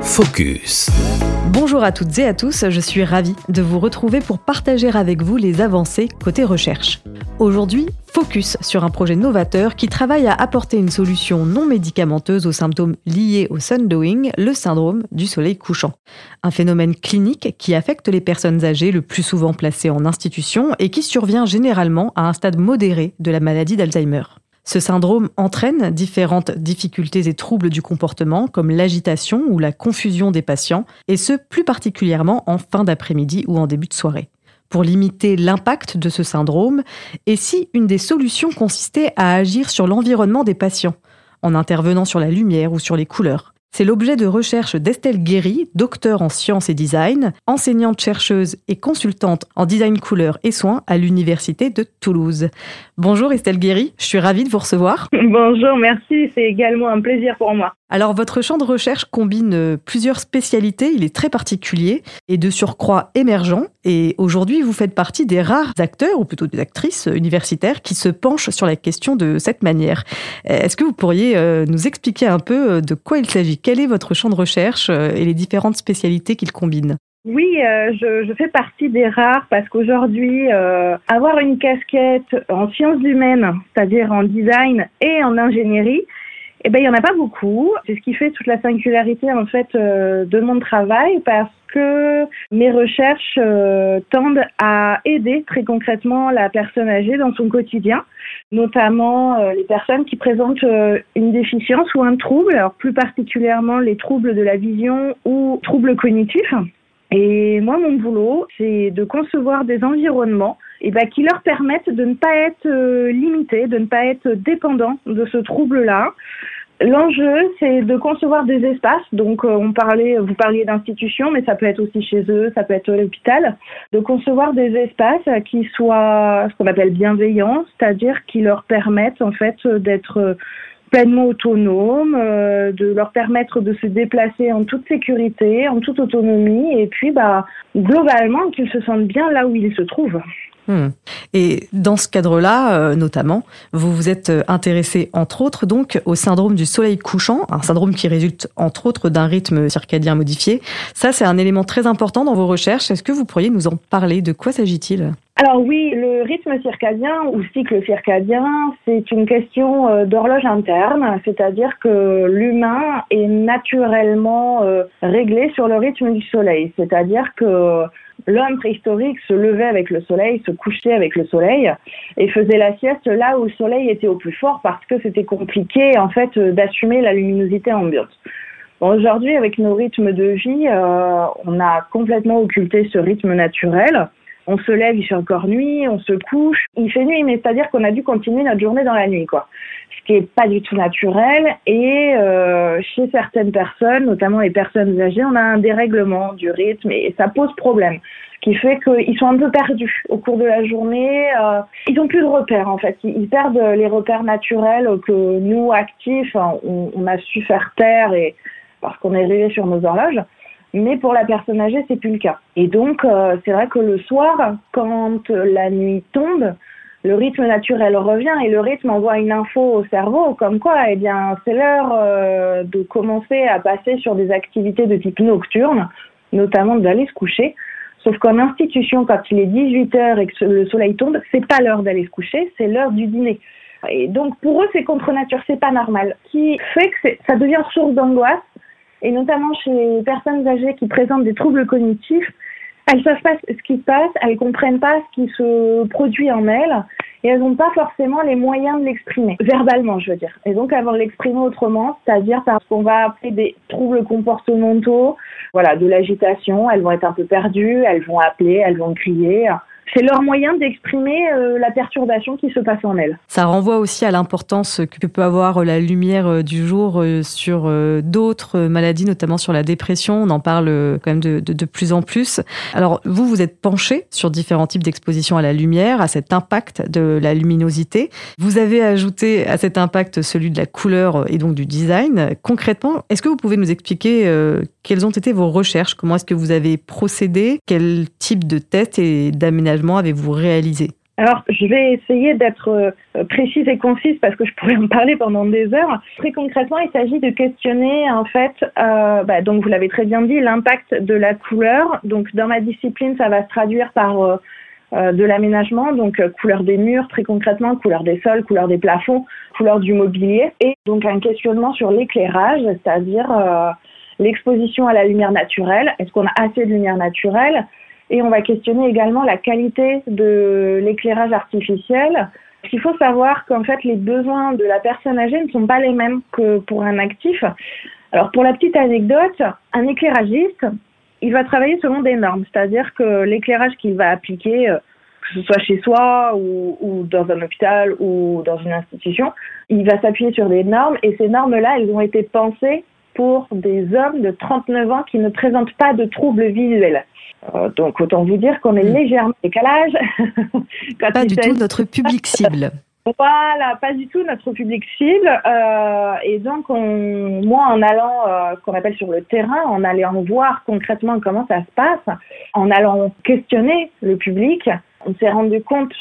Focus. Bonjour à toutes et à tous, je suis ravie de vous retrouver pour partager avec vous les avancées côté recherche. Aujourd'hui, focus sur un projet novateur qui travaille à apporter une solution non médicamenteuse aux symptômes liés au sundowing, le syndrome du soleil couchant. Un phénomène clinique qui affecte les personnes âgées le plus souvent placées en institution et qui survient généralement à un stade modéré de la maladie d'Alzheimer. Ce syndrome entraîne différentes difficultés et troubles du comportement, comme l'agitation ou la confusion des patients, et ce plus particulièrement en fin d'après-midi ou en début de soirée. Pour limiter l'impact de ce syndrome, et si une des solutions consistait à agir sur l'environnement des patients, en intervenant sur la lumière ou sur les couleurs? C'est l'objet de recherche d'Estelle Guéry, docteure en sciences et design, enseignante-chercheuse et consultante en design couleur et soins à l'Université de Toulouse. Bonjour Estelle Guéry, je suis ravie de vous recevoir. Bonjour, merci, c'est également un plaisir pour moi. Alors votre champ de recherche combine plusieurs spécialités, il est très particulier et de surcroît émergent. Et aujourd'hui, vous faites partie des rares acteurs, ou plutôt des actrices universitaires, qui se penchent sur la question de cette manière. Est-ce que vous pourriez nous expliquer un peu de quoi il s'agit? Quel est votre champ de recherche et les différentes spécialités qu'il combine? Oui, je fais partie des rares parce qu'aujourd'hui, avoir une casquette en sciences humaines, c'est-à-dire en design et en ingénierie, il n'y en a pas beaucoup. C'est ce qui fait toute la singularité en fait de mon travail parce que mes recherches tendent à aider très concrètement la personne âgée dans son quotidien, notamment les personnes qui présentent une déficience ou un trouble, alors plus particulièrement les troubles de la vision ou troubles cognitifs. Et moi, mon boulot, c'est de concevoir des environnements qui leur permettent de ne pas être limités, de ne pas être dépendants de ce trouble-là. L'enjeu, c'est de concevoir des espaces. Donc, vous parliez d'institutions, mais ça peut être aussi chez eux, ça peut être à l'hôpital. De concevoir des espaces qui soient ce qu'on appelle bienveillants, c'est-à-dire qui leur permettent en fait d'être pleinement autonomes, de leur permettre de se déplacer en toute sécurité, en toute autonomie, et puis globalement qu'ils se sentent bien là où ils se trouvent. Et dans ce cadre-là, notamment, vous vous êtes intéressé, entre autres, donc, au syndrome du soleil couchant, un syndrome qui résulte, entre autres, d'un rythme circadien modifié. Ça, c'est un élément très important dans vos recherches. Est-ce que vous pourriez nous en parler? De quoi s'agit-il? Alors oui, le rythme circadien ou cycle circadien, c'est une question d'horloge interne, c'est-à-dire que l'humain est naturellement réglé sur le rythme du soleil, c'est-à-dire que l'homme préhistorique se levait avec le soleil, se couchait avec le soleil et faisait la sieste là où le soleil était au plus fort parce que c'était compliqué en fait d'assumer la luminosité ambiante. Bon, aujourd'hui, avec nos rythmes de vie, on a complètement occulté ce rythme naturel. On se lève, il fait encore nuit, on se couche, il fait nuit, mais c'est-à-dire qu'on a dû continuer notre journée dans la nuit, quoi. Ce qui est pas du tout naturel. Et chez certaines personnes, notamment les personnes âgées, on a un dérèglement du rythme et ça pose problème. Ce qui fait qu'ils sont un peu perdus au cours de la journée. Ils n'ont plus de repères, en fait. Ils perdent les repères naturels que nous, actifs, on a su faire taire et parce qu'on est réglé sur nos horloges. Mais pour la personne âgée, c'est plus le cas. Et donc, c'est vrai que le soir, quand la nuit tombe, le rythme naturel revient et le rythme envoie une info au cerveau comme quoi, c'est l'heure de commencer à passer sur des activités de type nocturne, notamment d'aller se coucher. Sauf qu'en institution, quand il est 18h et que le soleil tombe, c'est pas l'heure d'aller se coucher, c'est l'heure du dîner. Et donc, pour eux, c'est contre nature, c'est pas normal. Ce qui fait que ça devient source d'angoisse. Et notamment chez les personnes âgées qui présentent des troubles cognitifs, elles savent pas ce qui se passe, elles comprennent pas ce qui se produit en elles, et elles n'ont pas forcément les moyens de l'exprimer, verbalement je veux dire. Et donc elles vont l'exprimer autrement, c'est-à-dire par ce qu'on va appeler des troubles comportementaux, de l'agitation, elles vont être un peu perdues, elles vont appeler, elles vont crier. C'est leur moyen d'exprimer la perturbation qui se passe en elles. Ça renvoie aussi à l'importance que peut avoir la lumière du jour sur d'autres maladies, notamment sur la dépression. On en parle quand même de plus en plus. Alors, vous êtes penché sur différents types d'exposition à la lumière, à cet impact de la luminosité. Vous avez ajouté à cet impact celui de la couleur et donc du design. Concrètement, est-ce que vous pouvez nous expliquer quelles ont été vos recherches? Comment est-ce que vous avez procédé? Quel type de tests et d'aménagements avez-vous réalisé? Alors, je vais essayer d'être précise et concise parce que je pourrais en parler pendant des heures. Très concrètement, il s'agit de questionner, en fait, donc vous l'avez très bien dit, l'impact de la couleur. Donc, dans ma discipline, ça va se traduire par de l'aménagement, donc couleur des murs, très concrètement, couleur des sols, couleur des plafonds, couleur du mobilier. Et donc, un questionnement sur l'éclairage, c'est-à-dire l'exposition à la lumière naturelle. Est-ce qu'on a assez de lumière naturelle ? Et on va questionner également la qualité de l'éclairage artificiel. Il faut savoir qu'en fait, les besoins de la personne âgée ne sont pas les mêmes que pour un actif. Alors, pour la petite anecdote, un éclairagiste, il va travailler selon des normes. C'est-à-dire que l'éclairage qu'il va appliquer, que ce soit chez soi ou dans un hôpital ou dans une institution, il va s'appuyer sur des normes. Et ces normes-là, elles ont été pensées pour des hommes de 39 ans qui ne présentent pas de troubles visuels. Donc, autant vous dire qu'on est légèrement en décalage. Pas du tout notre public cible. Voilà, pas du tout notre public cible. Et donc, moi, en allant, qu'on appelle sur le terrain, en allant voir concrètement comment ça se passe, en allant questionner le public, on s'est rendu compte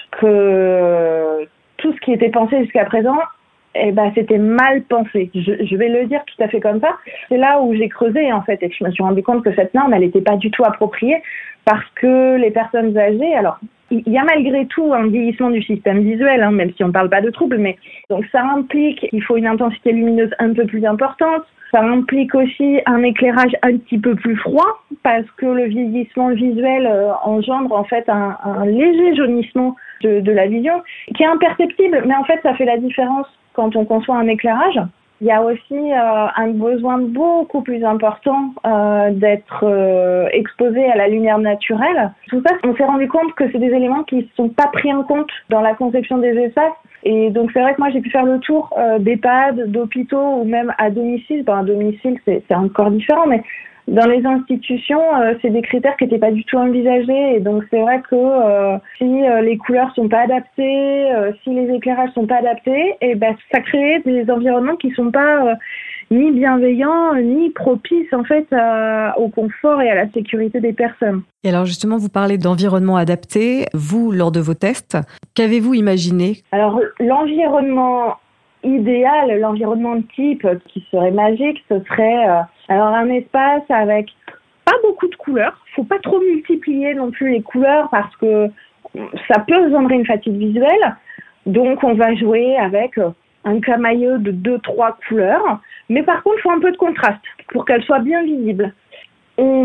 que tout ce qui était pensé jusqu'à présent, c'était mal pensé. Je vais le dire tout à fait comme ça. C'est là où j'ai creusé, en fait, et que je me suis rendu compte que cette norme, elle n'était pas du tout appropriée parce que les personnes âgées, alors, il y a malgré tout un vieillissement du système visuel, même si on ne parle pas de troubles, mais donc ça implique qu'il faut une intensité lumineuse un peu plus importante. Ça implique aussi un éclairage un petit peu plus froid parce que le vieillissement visuel engendre en fait un léger jaunissement de la vision qui est imperceptible, mais en fait ça fait la différence quand on conçoit un éclairage. Il y a aussi un besoin beaucoup plus important d'être exposé à la lumière naturelle. Tout ça, on s'est rendu compte que c'est des éléments qui ne sont pas pris en compte dans la conception des espaces. Et donc c'est vrai que moi j'ai pu faire le tour d'EHPAD, d'hôpitaux ou même à domicile. À domicile c'est encore différent, mais dans les institutions, c'est des critères qui n'étaient pas du tout envisagés. Et donc, c'est vrai que si les couleurs sont pas adaptées, si les éclairages sont pas adaptés, ça crée des environnements qui sont pas ni bienveillants, ni propices, en fait, au confort et à la sécurité des personnes. Et alors, justement, vous parlez d'environnement adapté. Vous, lors de vos tests, qu'avez-vous imaginé ? Alors, l'environnement idéal, l'environnement type qui serait magique, ce serait alors un espace avec pas beaucoup de couleurs. Faut pas trop multiplier non plus les couleurs parce que ça peut engendrer une fatigue visuelle. Donc on va jouer avec un camailleux de 2-3 couleurs, mais par contre il faut un peu de contraste pour qu'elles soient bien visibles. On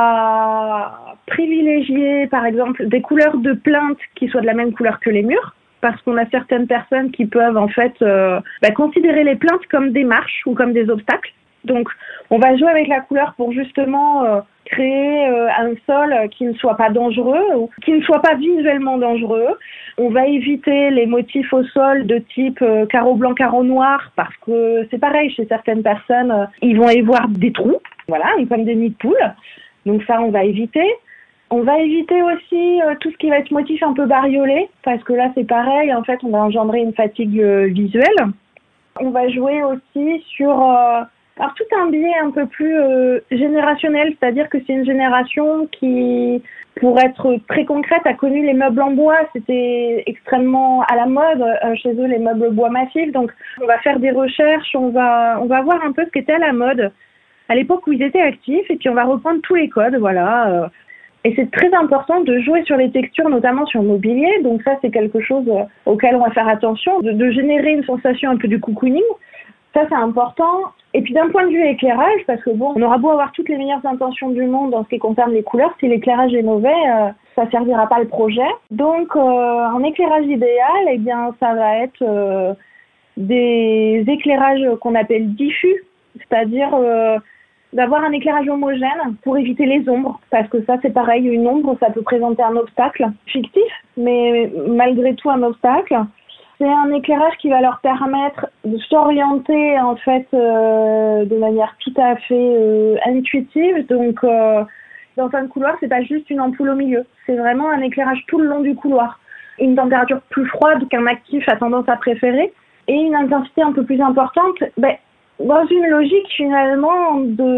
va privilégier par exemple des couleurs de plinthe qui soient de la même couleur que les murs. Parce qu'on a certaines personnes qui peuvent en fait considérer les plinthes comme des marches ou comme des obstacles. Donc, on va jouer avec la couleur pour justement créer un sol qui ne soit pas dangereux ou qui ne soit pas visuellement dangereux. On va éviter les motifs au sol de type carreau blanc, carreau noir parce que c'est pareil chez certaines personnes, ils vont y voir des trous, voilà, comme des nids de poules. Donc ça, on va éviter. On va éviter aussi tout ce qui va être motif un peu bariolé, parce que là, c'est pareil, en fait, on va engendrer une fatigue visuelle. On va jouer aussi sur tout un biais un peu plus générationnel, c'est-à-dire que c'est une génération qui, pour être très concrète, a connu les meubles en bois. C'était extrêmement à la mode chez eux, les meubles bois massifs. Donc, on va faire des recherches, on va voir un peu ce qui était à la mode à l'époque où ils étaient actifs, et puis on va reprendre tous les codes, voilà. Et c'est très important de jouer sur les textures, notamment sur le mobilier. Donc ça, c'est quelque chose auquel on va faire attention, de générer une sensation un peu de cocooning. Ça, c'est important. Et puis d'un point de vue éclairage, parce que on aura beau avoir toutes les meilleures intentions du monde en ce qui concerne les couleurs, si l'éclairage est mauvais, ça servira pas le projet. Donc un éclairage idéal, ça va être des éclairages qu'on appelle diffus, c'est-à-dire d'avoir un éclairage homogène pour éviter les ombres, parce que ça c'est pareil, une ombre ça peut présenter un obstacle fictif, mais malgré tout un obstacle. C'est un éclairage qui va leur permettre de s'orienter en fait de manière tout à fait intuitive. Donc dans un couloir, c'est pas juste une ampoule au milieu, c'est vraiment un éclairage tout le long du couloir. Une température plus froide qu'un actif a tendance à préférer et une intensité un peu plus importante. Dans une logique finalement de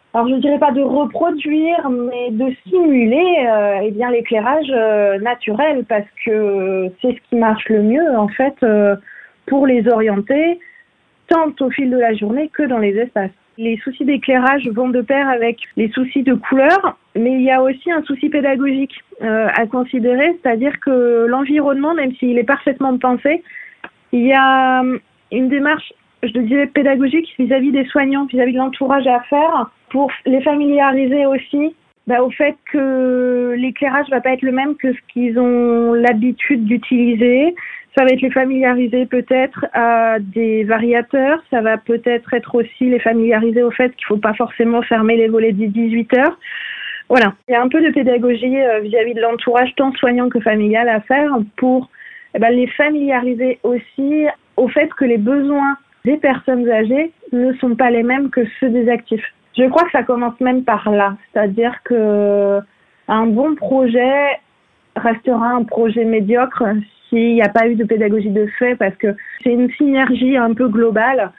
alors je ne dirais pas de reproduire, mais de simuler l'éclairage naturel, parce que c'est ce qui marche le mieux en fait pour les orienter tant au fil de la journée que dans les espaces. Les soucis d'éclairage vont de pair avec les soucis de couleur, mais il y a aussi un souci pédagogique à considérer, c'est-à-dire que l'environnement, même s'il est parfaitement pensé, il y a une démarche, je dirais, pédagogique vis-à-vis des soignants, vis-à-vis de l'entourage à faire, pour les familiariser aussi au fait que l'éclairage va pas être le même que ce qu'ils ont l'habitude d'utiliser. Ça va être les familiariser peut-être à des variateurs. Ça va peut-être être aussi les familiariser au fait qu'il faut pas forcément fermer les volets dès 18 heures. Voilà. Il y a un peu de pédagogie vis-à-vis de l'entourage, tant soignant que familial, à faire pour les familiariser aussi au fait que les besoins des personnes âgées ne sont pas les mêmes que ceux des actifs. Je crois que ça commence même par là. C'est-à-dire que un bon projet restera un projet médiocre s'il n'y a pas eu de pédagogie de fait, parce que c'est une synergie un peu globale,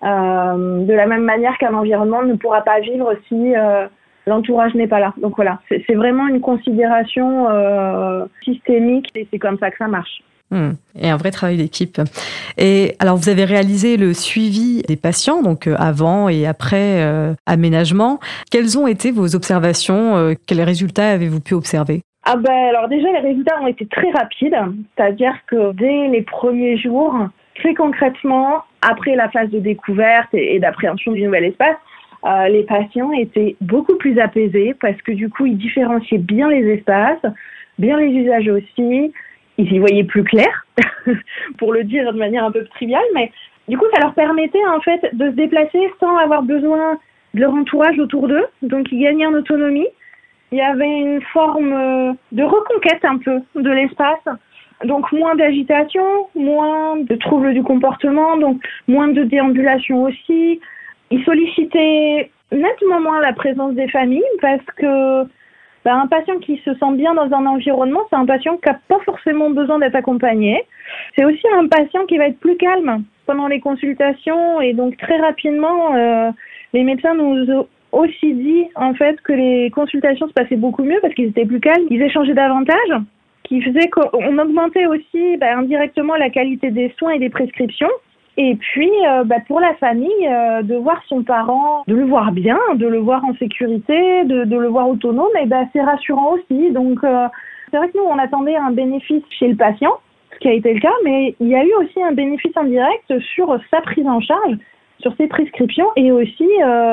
de la même manière qu'un environnement ne pourra pas vivre si l'entourage n'est pas là. Donc voilà, c'est vraiment une considération systémique, et c'est comme ça que ça marche. Et un vrai travail d'équipe. Et alors, vous avez réalisé le suivi des patients, donc avant et après aménagement. Quelles ont été vos observations? Quels résultats avez-vous pu observer? Alors déjà, les résultats ont été très rapides, c'est-à-dire que dès les premiers jours, très concrètement, après la phase de découverte et d'appréhension du nouvel espace, les patients étaient beaucoup plus apaisés, parce que du coup, ils différenciaient bien les espaces, bien les usages aussi. Ils y voyaient plus clair, pour le dire de manière un peu triviale, mais du coup, ça leur permettait en fait de se déplacer sans avoir besoin de leur entourage autour d'eux. Donc, ils gagnaient en autonomie. Il y avait une forme de reconquête un peu de l'espace. Donc, moins d'agitation, moins de troubles du comportement, donc moins de déambulation aussi. Ils sollicitaient nettement moins la présence des familles, parce que un patient qui se sent bien dans un environnement, c'est un patient qui n'a pas forcément besoin d'être accompagné. C'est aussi un patient qui va être plus calme pendant les consultations, et donc très rapidement, les médecins nous ont aussi dit en fait que les consultations se passaient beaucoup mieux parce qu'ils étaient plus calmes, ils échangeaient davantage, qui faisait qu'on augmentait aussi indirectement la qualité des soins et des prescriptions. Et puis, pour la famille, de voir son parent, de le voir bien, de le voir en sécurité, de le voir autonome, c'est rassurant aussi. Donc, c'est vrai que nous, on attendait un bénéfice chez le patient, ce qui a été le cas, mais il y a eu aussi un bénéfice indirect sur sa prise en charge, sur ses prescriptions, et aussi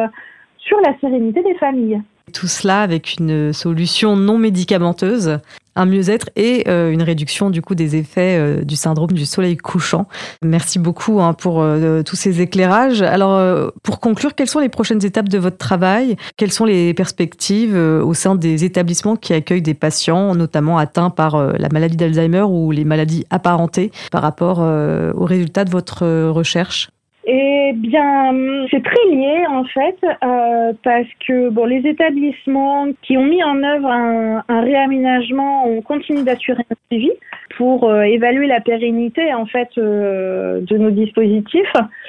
sur la sérénité des familles. Tout cela avec une solution non médicamenteuse, un mieux-être et une réduction du coup des effets du syndrome du soleil couchant. Merci beaucoup pour tous ces éclairages. Alors pour conclure, quelles sont les prochaines étapes de votre travail? Quelles sont les perspectives au sein des établissements qui accueillent des patients, notamment atteints par la maladie d'Alzheimer ou les maladies apparentées, par rapport aux résultats de votre recherche? Eh bien, c'est très lié en fait, parce que les établissements qui ont mis en œuvre un réaménagement, on continue d'assurer un suivi pour évaluer la pérennité en fait de nos dispositifs.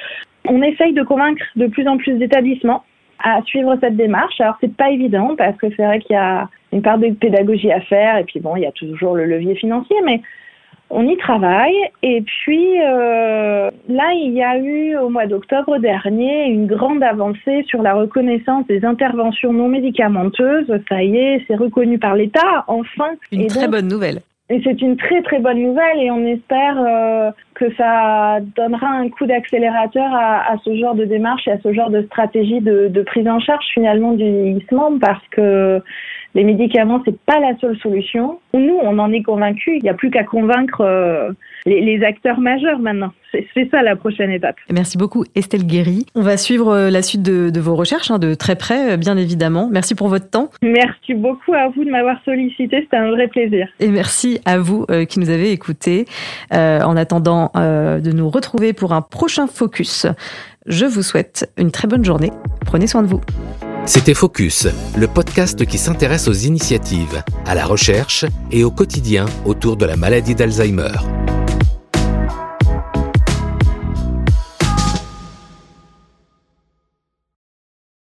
On essaye de convaincre de plus en plus d'établissements à suivre cette démarche. Alors c'est pas évident, parce que c'est vrai qu'il y a une part de pédagogie à faire, et puis il y a toujours le levier financier, mais on y travaille. Et puis là, il y a eu au mois d'octobre dernier une grande avancée sur la reconnaissance des interventions non médicamenteuses. Ça y est, c'est reconnu par l'État, enfin. Une très bonne nouvelle. Et c'est une très très bonne nouvelle, et on espère que ça donnera un coup d'accélérateur à ce genre de démarche et à ce genre de stratégie de prise en charge finalement du vieillissement, parce que les médicaments, c'est pas la seule solution. Nous, on en est convaincus. Il n'y a plus qu'à convaincre les acteurs majeurs maintenant. C'est ça la prochaine étape. Merci beaucoup Estelle Guéry. On va suivre la suite de vos recherches de très près, bien évidemment. Merci pour votre temps. Merci beaucoup à vous de m'avoir sollicité. C'était un vrai plaisir. Et merci à vous qui nous avez écoutés. En attendant de nous retrouver pour un prochain Focus, je vous souhaite une très bonne journée. Prenez soin de vous. C'était Focus, le podcast qui s'intéresse aux initiatives, à la recherche et au quotidien autour de la maladie d'Alzheimer.